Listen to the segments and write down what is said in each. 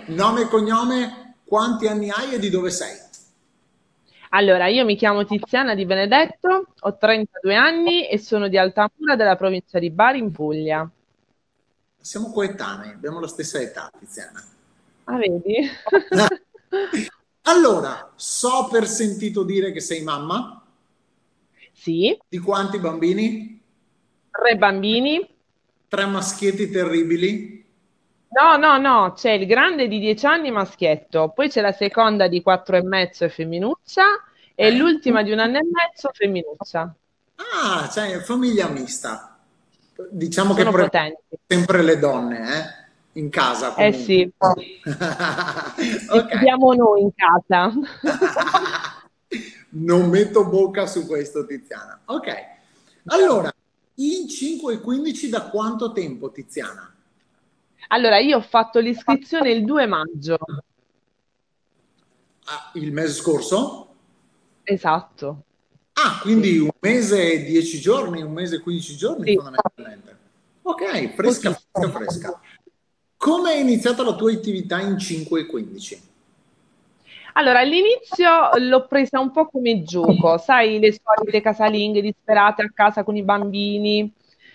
Nome e cognome, quanti anni hai e di dove sei? Allora, io mi chiamo Tiziana Di Benedetto, ho 32 anni e sono di Altamura della provincia di Bari in Puglia. Siamo coetanei, abbiamo la stessa età, Tiziana. Ah, vedi? Allora, so per sentito dire che sei mamma. Sì, Di quanti bambini? 3 bambini. Tre maschietti terribili. No, no, no, c'è il grande di 10 anni maschietto, poi c'è la seconda di 4 e mezzo e femminuccia e Ok. l'ultima di 1 anno e mezzo femminuccia. Ah, cioè, famiglia mista. Diciamo che Sono prevalgono potenti. sempre le donne, in casa Eh comunque. sì, Ok. decidiamo noi in casa. Non metto bocca su questo, Tiziana. Ok. Allora, in 5 e 15 da quanto tempo, Tiziana? Allora, io ho fatto l'iscrizione il 2 maggio. Ah, il mese scorso? Esatto, Ah, sì, quindi un mese e 10 giorni, un mese e 15 giorni sì, fondamentalmente. Ok, fresca, fresca, pochissimo. fresca. Come è iniziata la tua attività in 5 e 15? Allora, all'inizio l'ho presa un po' come gioco, sai, le solite casalinghe disperate a casa con i bambini.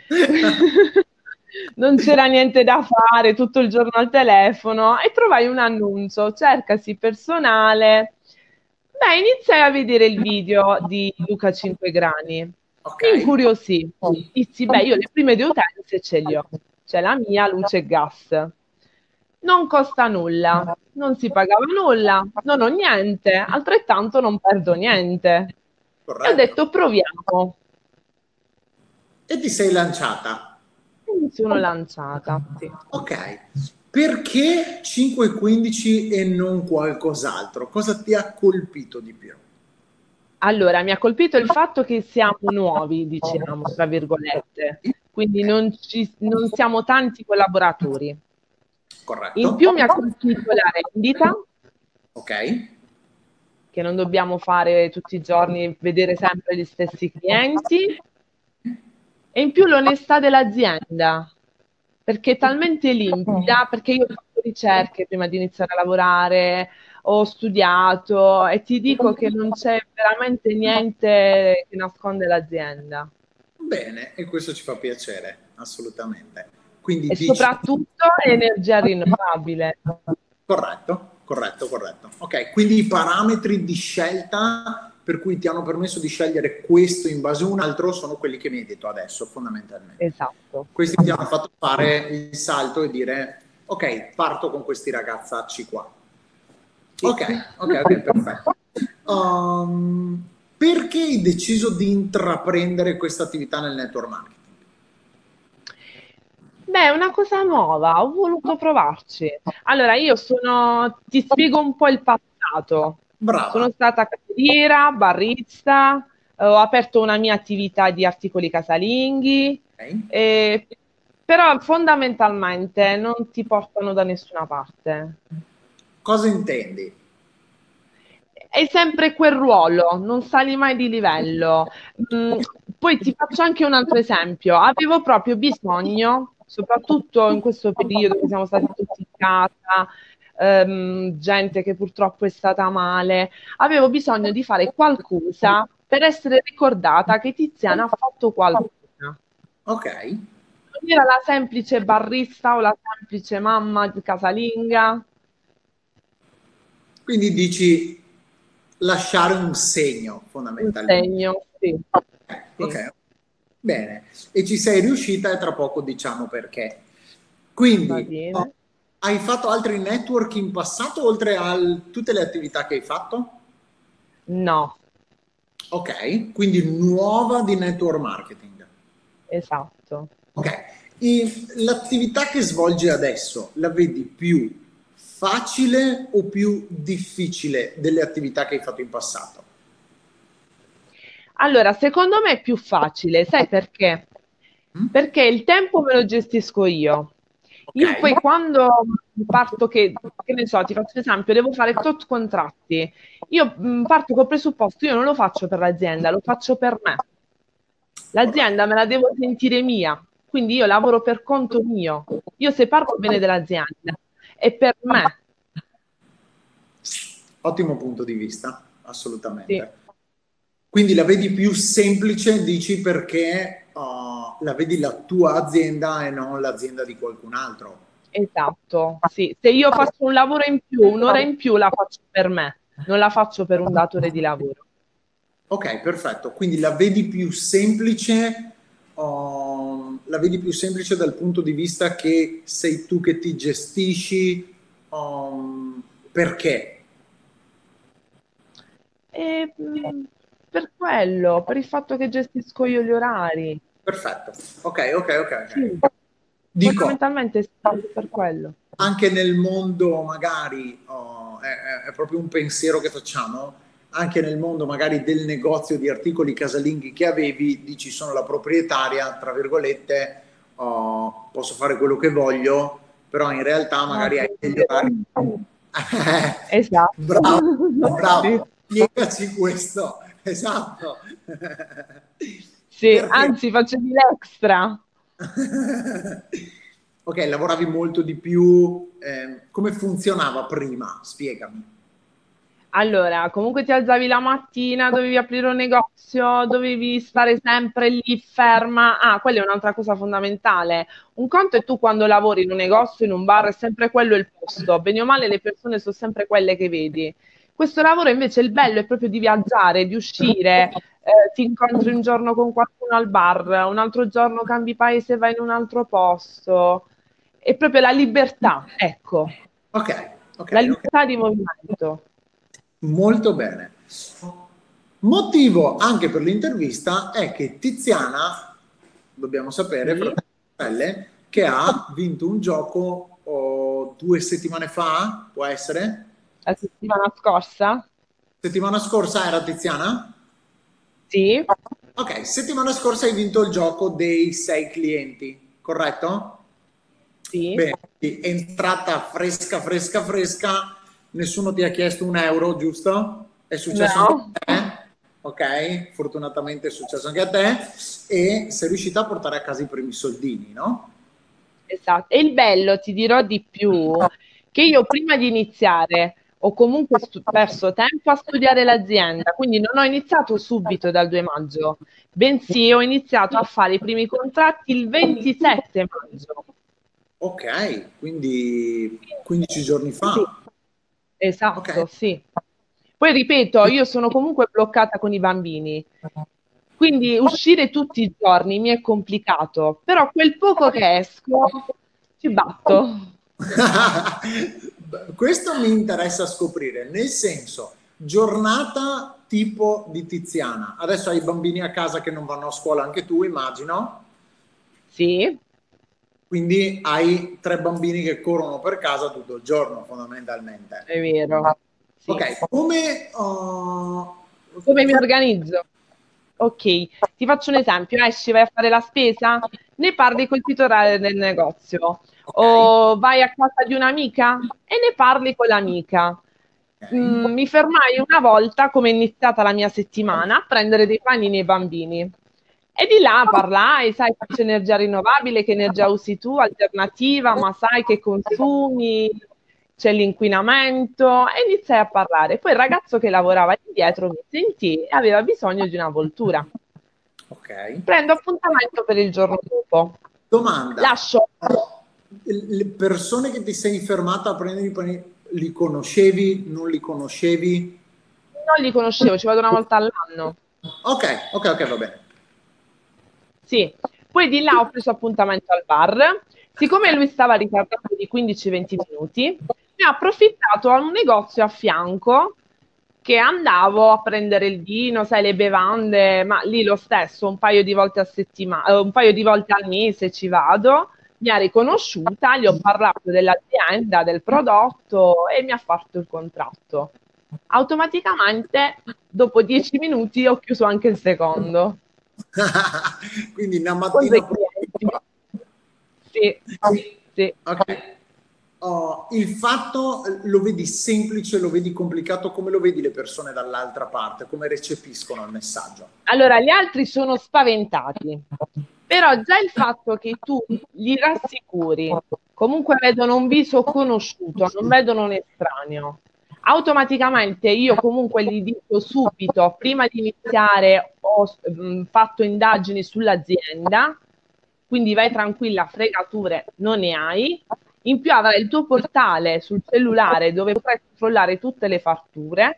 Non c'era niente da fare, tutto il giorno al telefono e trovai un annuncio, cercasi personale. Beh, iniziai a vedere il video di Luca Cinquegrani. Ok, Mi incuriosì. Dissi, beh, io le prime due utenze ce li ho. C'è la mia luce e gas. Non costa nulla, non si pagava nulla, non ho niente, altrettanto non perdo niente. E ho corretto. detto proviamo. E ti sei lanciata. E mi sono lanciata, sì. Ok, perché 5 e 15 e non qualcos'altro? Cosa ti ha colpito di più? Allora, mi ha colpito il fatto che siamo nuovi, diciamo, tra virgolette, quindi non siamo tanti collaboratori. In Corretto? più mi ha colpito la rendita, Ok, che non dobbiamo fare tutti i giorni, vedere sempre gli stessi clienti, e in più l'onestà dell'azienda, perché è talmente limpida, perché io ho fatto ricerche prima di iniziare a lavorare, ho studiato e ti dico che non c'è veramente niente che nasconde l'azienda. bene, e questo ci fa piacere, assolutamente. Quindi E dici soprattutto è energia rinnovabile. corretto, corretto, corretto. Ok, quindi i parametri di scelta per cui ti hanno permesso di scegliere questo in base a un altro sono quelli che mi hai detto adesso, fondamentalmente. Esatto. Questi ti hanno fatto fare il salto e dire, ok, parto con questi ragazzacci qua. Sì. Ok, ok, ok, perfetto. Perché hai deciso di intraprendere questa attività nel network marketing? Beh, è una cosa nuova, ho voluto provarci. Allora, ti spiego un po' il passato. Brava. Sono stata cameriera, barista, ho aperto una mia attività di articoli casalinghi, Ok. eh, però fondamentalmente non ti portano da nessuna parte. Cosa intendi? È sempre quel ruolo, non sali mai di livello. Mm, Poi ti faccio anche un altro esempio. Avevo proprio bisogno, soprattutto in questo periodo che siamo stati tutti in casa, gente che purtroppo è stata male, avevo bisogno di fare qualcosa per essere ricordata che Tiziana ha fatto qualcosa. Ok. Non era la semplice barista o la semplice mamma di casalinga. Quindi dici lasciare un segno Un fondamentalmente. segno, sì, sì, Ok, bene. E ci sei riuscita e tra poco diciamo perché. va Quindi, bene. hai fatto altri network in passato oltre a tutte le attività che hai fatto? No, Ok, quindi nuova di network marketing. esatto. Ok, e l'attività che svolgi adesso la vedi più facile o più difficile delle attività che hai fatto in passato? Allora, secondo me è più facile, sai perché? Mm? Perché il tempo me lo gestisco io. Ok, Io poi quando parto che ne so, ti faccio esempio, devo fare tot contratti. Io parto col presupposto, io non lo faccio per l'azienda, lo faccio per me. corretto. L'azienda me la devo sentire mia, quindi io lavoro per conto mio. Io se parlo bene dell'azienda è per me. Ottimo punto di vista, assolutamente. Sì. Quindi la vedi più semplice, dici, perché la vedi la tua azienda e non l'azienda di qualcun altro. Esatto, sì. Se io faccio un lavoro in più, un'ora in più la faccio per me, non la faccio per un datore di lavoro. Ok, perfetto. Quindi la vedi più semplice dal punto di vista che sei tu che ti gestisci, perché? E, per quello, per il fatto che gestisco io gli orari. Perfetto. Ok. Sì, Dico, fondamentalmente sì, per quello. anche nel mondo magari, è proprio un pensiero che facciamo, anche nel mondo magari del negozio di articoli casalinghi che avevi, dici sono la proprietaria, tra virgolette, posso fare quello che voglio, però in realtà No, magari hai degli orari. esatto. Bravo, Sì. bravo, spiegaci questo, esatto. Sì, Perché? anzi facevi l'extra. Ok, lavoravi molto di più. Come funzionava prima? Spiegami. Allora, comunque ti alzavi la mattina, dovevi aprire un negozio, dovevi stare sempre lì ferma. Ah, quella è un'altra cosa fondamentale. Un conto è tu quando lavori in un negozio, in un bar, è sempre quello il posto. Bene o male, le persone sono sempre quelle che vedi. Questo lavoro invece il bello è proprio di viaggiare, di uscire, ti incontri un giorno con qualcuno al bar, un altro giorno cambi paese e vai in un altro posto. È proprio la libertà, ecco, Ok, ok, la ok. libertà di movimento. Molto bene. Motivo anche per l'intervista è che Tiziana, dobbiamo sapere, Sì. fratelli e sorelle, che ha vinto un gioco 2 settimane fa, può essere? La settimana scorsa? Settimana scorsa era Tiziana? Sì, Ok, settimana scorsa hai vinto il gioco dei 6 clienti, corretto? sì. Bene, è entrata fresca, nessuno ti ha chiesto un euro, giusto? È successo anche No, a te? Ok, fortunatamente è successo anche a te e sei riuscita a portare a casa i primi soldini, no? esatto. E il bello, ti dirò di più, che io prima di iniziare ho comunque perso tempo a studiare l'azienda, quindi non ho iniziato subito dal 2 maggio, bensì ho iniziato a fare i primi contratti il 27 maggio. Ok, quindi 15 giorni Sì, fa. Ok. esatto, sì. Poi ripeto, io sono comunque bloccata con i bambini, quindi uscire tutti i giorni mi è complicato, però quel poco che esco ci batto. Questo mi interessa scoprire, nel senso, giornata tipo di Tiziana. Adesso hai i bambini a casa che non vanno a scuola, anche tu, immagino. Sì, Quindi hai 3 bambini che corrono per casa tutto il giorno, fondamentalmente. è vero. Sì. Ok, come... Come mi organizzo? Ok, ti faccio un esempio, esci, vai a fare la spesa, ne parli col titolare del negozio, ok, o vai a casa di un'amica e ne parli con l'amica. ok. Mi fermai una volta, come è iniziata la mia settimana, a prendere dei panini ai bambini. E di là parlai, sai che c'è energia rinnovabile, che energia usi tu, alternativa, ma sai che consumi, c'è l'inquinamento, e iniziai a parlare. Poi il ragazzo che lavorava lì dietro mi sentì e aveva bisogno di una voltura. Ok. Prendo appuntamento per il giorno dopo. Domanda, Lascio, le persone che ti sei fermata a prendere i panini, li conoscevi, non li conoscevi? non li conoscevo, ci vado una volta all'anno. Ok, va bene. Sì, poi di là ho preso appuntamento al bar. Siccome lui stava ritardando di 15-20 minuti, ne ho approfittato a un negozio a fianco che andavo a prendere il vino, sai, le bevande, ma lì lo stesso, un paio di volte a settimana, un paio di volte al mese ci vado. Mi ha riconosciuta, gli ho parlato dell'azienda, del prodotto e mi ha fatto il contratto. Automaticamente, dopo 10 minuti, ho chiuso anche il secondo. Quindi una Con due mattina clienti. produttiva. Sì, sì. Ok. Il fatto lo vedi semplice, lo vedi complicato, come lo vedi le persone dall'altra parte, come recepiscono il messaggio? Allora, gli altri sono spaventati, però già il fatto che tu li rassicuri, comunque vedono un viso conosciuto, non vedono un estraneo. automaticamente io comunque gli dico subito, prima di iniziare ho fatto indagini sull'azienda, quindi vai tranquilla, fregature non ne hai. In più avrai il tuo portale sul cellulare dove potrai controllare tutte le fatture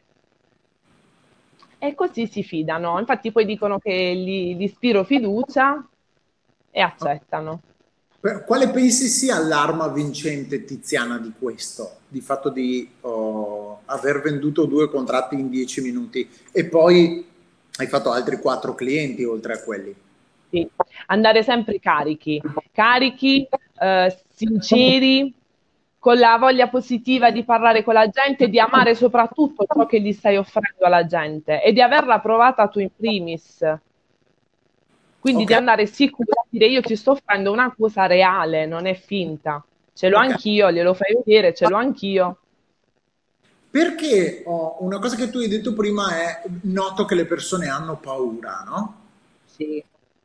e così si fidano. Infatti poi dicono che gli ispiro fiducia e accettano. Quale pensi sia l'arma vincente, Tiziana, di questo? Di fatto di aver venduto 2 contratti in 10 minuti e poi hai fatto altri 4 clienti oltre a quelli. Sì. Andare sempre carichi, sinceri, con la voglia positiva di parlare con la gente, di amare soprattutto ciò che gli stai offrendo alla gente e di averla provata tu in primis. Quindi Ok, di andare sicura a dire io ti sto offrendo una cosa reale, non è finta. Ce l'ho ok. anch'io, glielo fai vedere, ce l'ho anch'io. Perché una cosa che tu hai detto prima è noto che le persone hanno paura, no? Sì.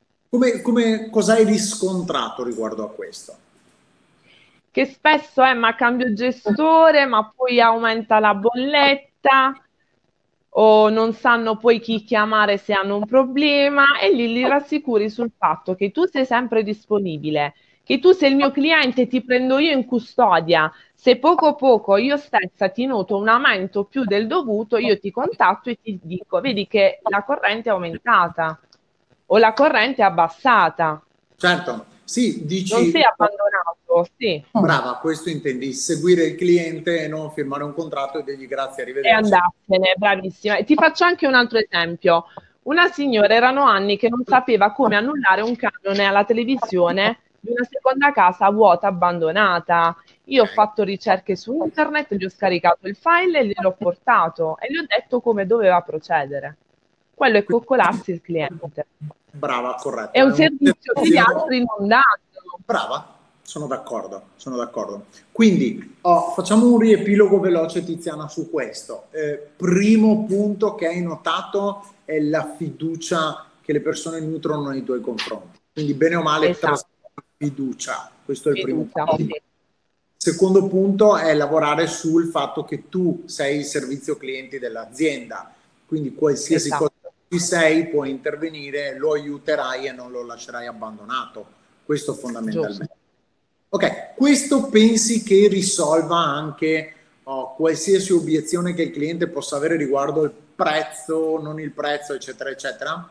Cosa hai riscontrato riguardo a questo? Che spesso è ma cambio gestore, ma poi aumenta la bolletta o non sanno poi chi chiamare se hanno un problema e lì li rassicuri sul fatto che tu sei sempre disponibile, che tu sei il mio cliente, ti prendo io in custodia. Se poco poco io stessa ti noto un aumento più del dovuto, io ti contatto e ti dico, vedi che la corrente è aumentata o la corrente è abbassata. Certo, sì, Non sei dici, abbandonato, sì. brava, questo intendi, seguire il cliente e non firmare un contratto e dirgli grazie, E arrivederci. andarsene, bravissima. E ti faccio anche un altro esempio. Una signora erano anni che non sapeva come annullare un canone alla televisione di una seconda casa vuota, abbandonata. Io ho Ok, fatto ricerche su internet, gli ho scaricato il file e gliel'ho portato e gli ho detto come doveva procedere. Quello è coccolarsi il cliente. brava, È corretto, è un servizio che gli un'osservazione. altri non danno. Brava, sono d'accordo, sono d'accordo. Quindi facciamo un riepilogo veloce, Tiziana, su questo. Primo punto che hai notato è la fiducia che le persone nutrono nei tuoi confronti. Quindi, bene o male, Esatto, trasmetti fiducia. Questo è il primo fiducia, punto. sì, Secondo punto è lavorare sul fatto che tu sei il servizio clienti dell'azienda, quindi qualsiasi cosa esatto, ci sei puoi intervenire, lo aiuterai e non lo lascerai abbandonato. Questo giusto. fondamentalmente. Ok, questo pensi che risolva anche qualsiasi obiezione che il cliente possa avere riguardo il prezzo, non il prezzo, eccetera, eccetera?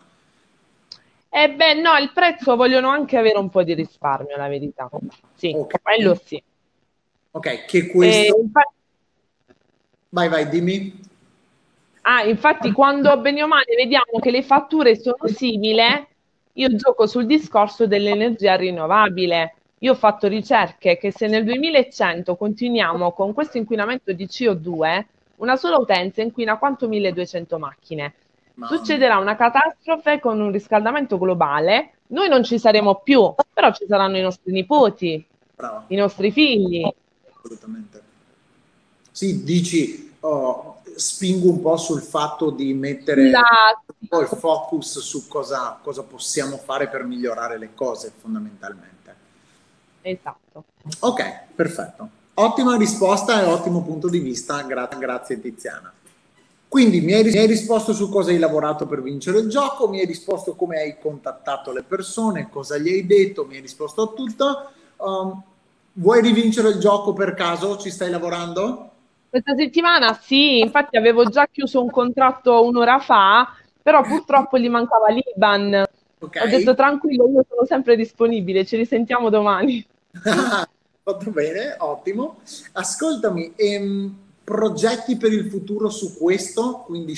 Eh beh, no, il prezzo vogliono anche avere un po' di risparmio, la verità. Sì, Ok, quello sì. ok, che E questo... infatti, Vai, vai, dimmi. infatti, quando bene o male vediamo che le fatture sono simili, io gioco sul discorso dell'energia rinnovabile. Io ho fatto ricerche che se nel 2100 continuiamo con questo inquinamento di CO2, una sola utenza inquina quanto 1200 macchine. Mamma mia, Succederà una catastrofe con un riscaldamento globale, noi non ci saremo più, però ci saranno i nostri nipoti, brava. i nostri figli. Assolutamente. Sì, dici, spingo un po' sul fatto di mettere Sulla... un po' il focus su cosa possiamo fare per migliorare le cose fondamentalmente. Esatto. Ok, perfetto. Ottima risposta e ottimo punto di vista, grazie Tiziana. Quindi mi hai risposto su cosa hai lavorato per vincere il gioco, mi hai risposto come hai contattato le persone, cosa gli hai detto, mi hai risposto a tutto. Vuoi rivincere il gioco per caso? Ci stai lavorando? Questa settimana sì, infatti avevo già chiuso un contratto un'ora fa, però purtroppo gli mancava l'IBAN. Ok, Ho detto tranquillo, io sono sempre disponibile, ci risentiamo domani. fatto bene, ottimo. Ascoltami, progetti per il futuro su questo, quindi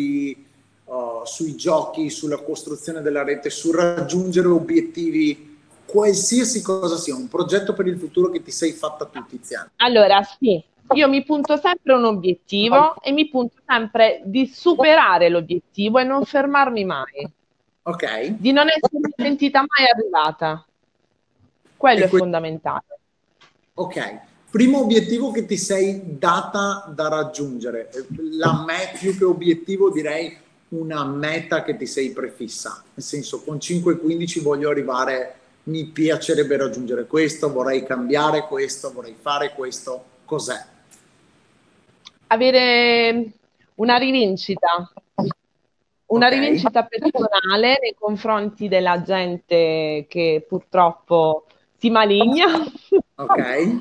sui giochi, sulla costruzione della rete, sul raggiungere obiettivi, qualsiasi cosa sia, un progetto per il futuro che ti sei fatta tu, Tiziana. Allora, sì, io mi punto sempre a un obiettivo e mi punto sempre di superare l'obiettivo e non fermarmi mai, Ok? di non essermi sentita mai arrivata. Quello E è fondamentale. ok, primo obiettivo che ti sei data da raggiungere, più che obiettivo direi una meta che ti sei prefissa, nel senso con 5-15 voglio arrivare, mi piacerebbe raggiungere questo, vorrei cambiare questo, vorrei fare questo, cos'è? avere una rivincita. Una Ok, rivincita personale nei confronti della gente che purtroppo si maligna. ok.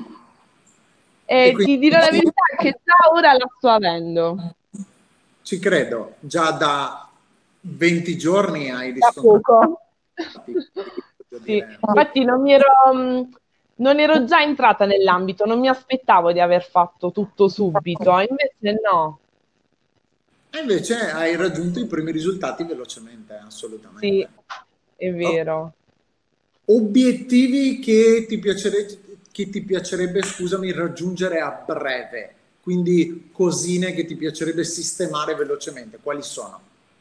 E E ti dirò la quindi verità che già ora la sto avendo. ci credo, già da 20 giorni hai Da riscontrato. poco. Voglio Sì, dire. infatti non ero già entrata nell'ambito, non mi aspettavo di aver fatto tutto subito, invece no, E invece hai raggiunto i primi risultati velocemente, sì, assolutamente. è Ok. vero. Obiettivi che ti piacerebbe, scusami, raggiungere a breve, quindi cosine che ti piacerebbe sistemare velocemente, quali sono?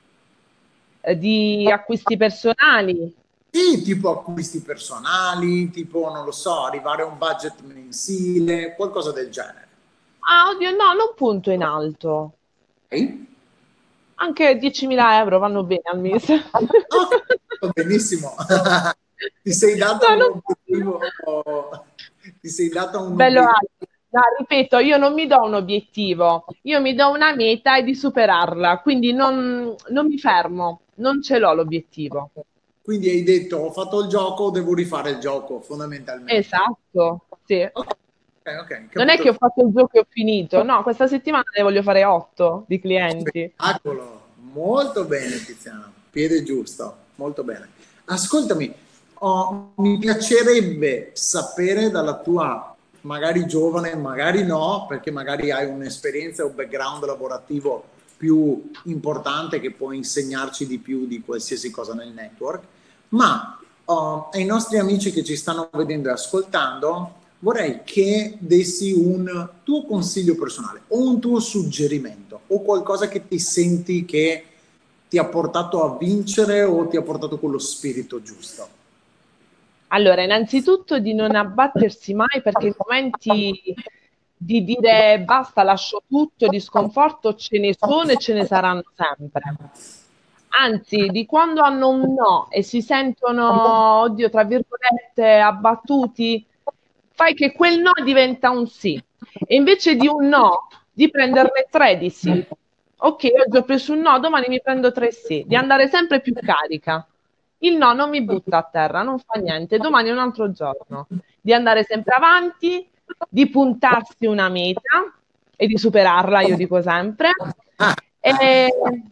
Di acquisti personali. Sì, tipo acquisti personali, tipo, non lo so, arrivare a un budget mensile, qualcosa del genere. Ah, oddio, no, non punto in alto. Ok? Anche 10.000 euro vanno bene al mese. Ok, va benissimo. Ti sei data No, un non obiettivo, ti sei data un bello obiettivo. alto. No, ripeto, io non mi do un obiettivo, io mi do una meta e di superarla, quindi non mi fermo, non ce l'ho l'obiettivo. Quindi hai detto, ho fatto il gioco, devo rifare il gioco, fondamentalmente. Esatto, sì. Ok, ok, Non è capito. che ho fatto il gioco e ho finito, no, questa settimana ne voglio fare 8 di clienti. Spettacolo, molto bene Tiziana, piede giusto, molto bene. Ascoltami, mi piacerebbe sapere dalla tua, magari giovane, magari no, perché magari hai un'esperienza o un background lavorativo più importante che può insegnarci di più di qualsiasi cosa nel network, ma ai nostri amici che ci stanno vedendo e ascoltando, vorrei che dessi un tuo consiglio personale o un tuo suggerimento o qualcosa che ti senti che ti ha portato a vincere o ti ha portato con lo spirito giusto. Allora, innanzitutto di non abbattersi mai perché i momenti di dire basta, lascio tutto, di sconforto ce ne sono e ce ne saranno sempre. Anzi, di quando hanno un no e si sentono, oddio, tra virgolette, abbattuti, fai che quel no diventa un sì. E invece di un no, di prenderne tre di sì. Ok, oggi ho preso un no, domani mi prendo tre sì, di andare sempre più carica. Il no non mi butta a terra, non fa niente, domani è un altro giorno. Di andare sempre avanti, di puntarsi una meta e di superarla, io dico sempre. Ah, E,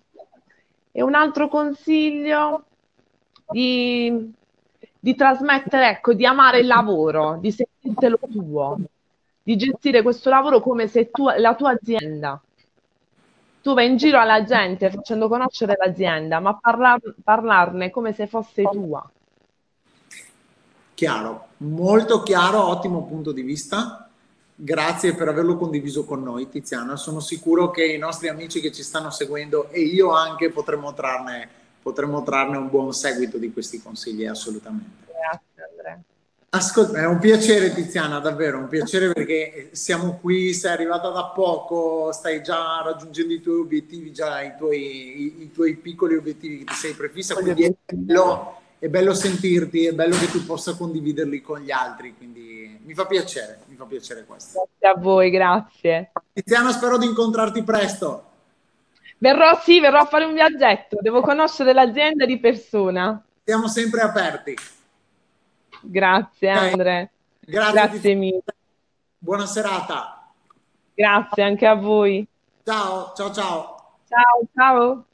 e un altro consiglio di trasmettere, ecco, di amare il lavoro, di sentirtelo tuo, di gestire questo lavoro come se tu, la tua azienda. Tu vai in giro alla gente facendo conoscere l'azienda, ma parlarne come se fosse tua. chiaro, molto chiaro, ottimo punto di vista. Grazie per averlo condiviso con noi, Tiziana. Sono sicuro che i nostri amici che ci stanno seguendo e io anche potremo trarne un buon seguito di questi consigli, assolutamente. Grazie Andrea. Ascolta, è un piacere Tiziana, davvero un piacere perché siamo qui, sei arrivata da poco, stai già raggiungendo i tuoi obiettivi, già i tuoi piccoli obiettivi che ti sei prefissa, Con gli quindi obiettivi. è bello sentirti, è bello che tu possa condividerli con gli altri, quindi mi fa piacere questo. Grazie a voi, grazie. Tiziana, spero di incontrarti presto, Verrò, sì, verrò a fare un viaggetto, devo conoscere l'azienda di persona. siamo sempre aperti. Grazie Ok? Andre, Grazie grazie Tiziana, mille. buona serata. Grazie anche a voi. Ciao, ciao, ciao. Ciao, ciao.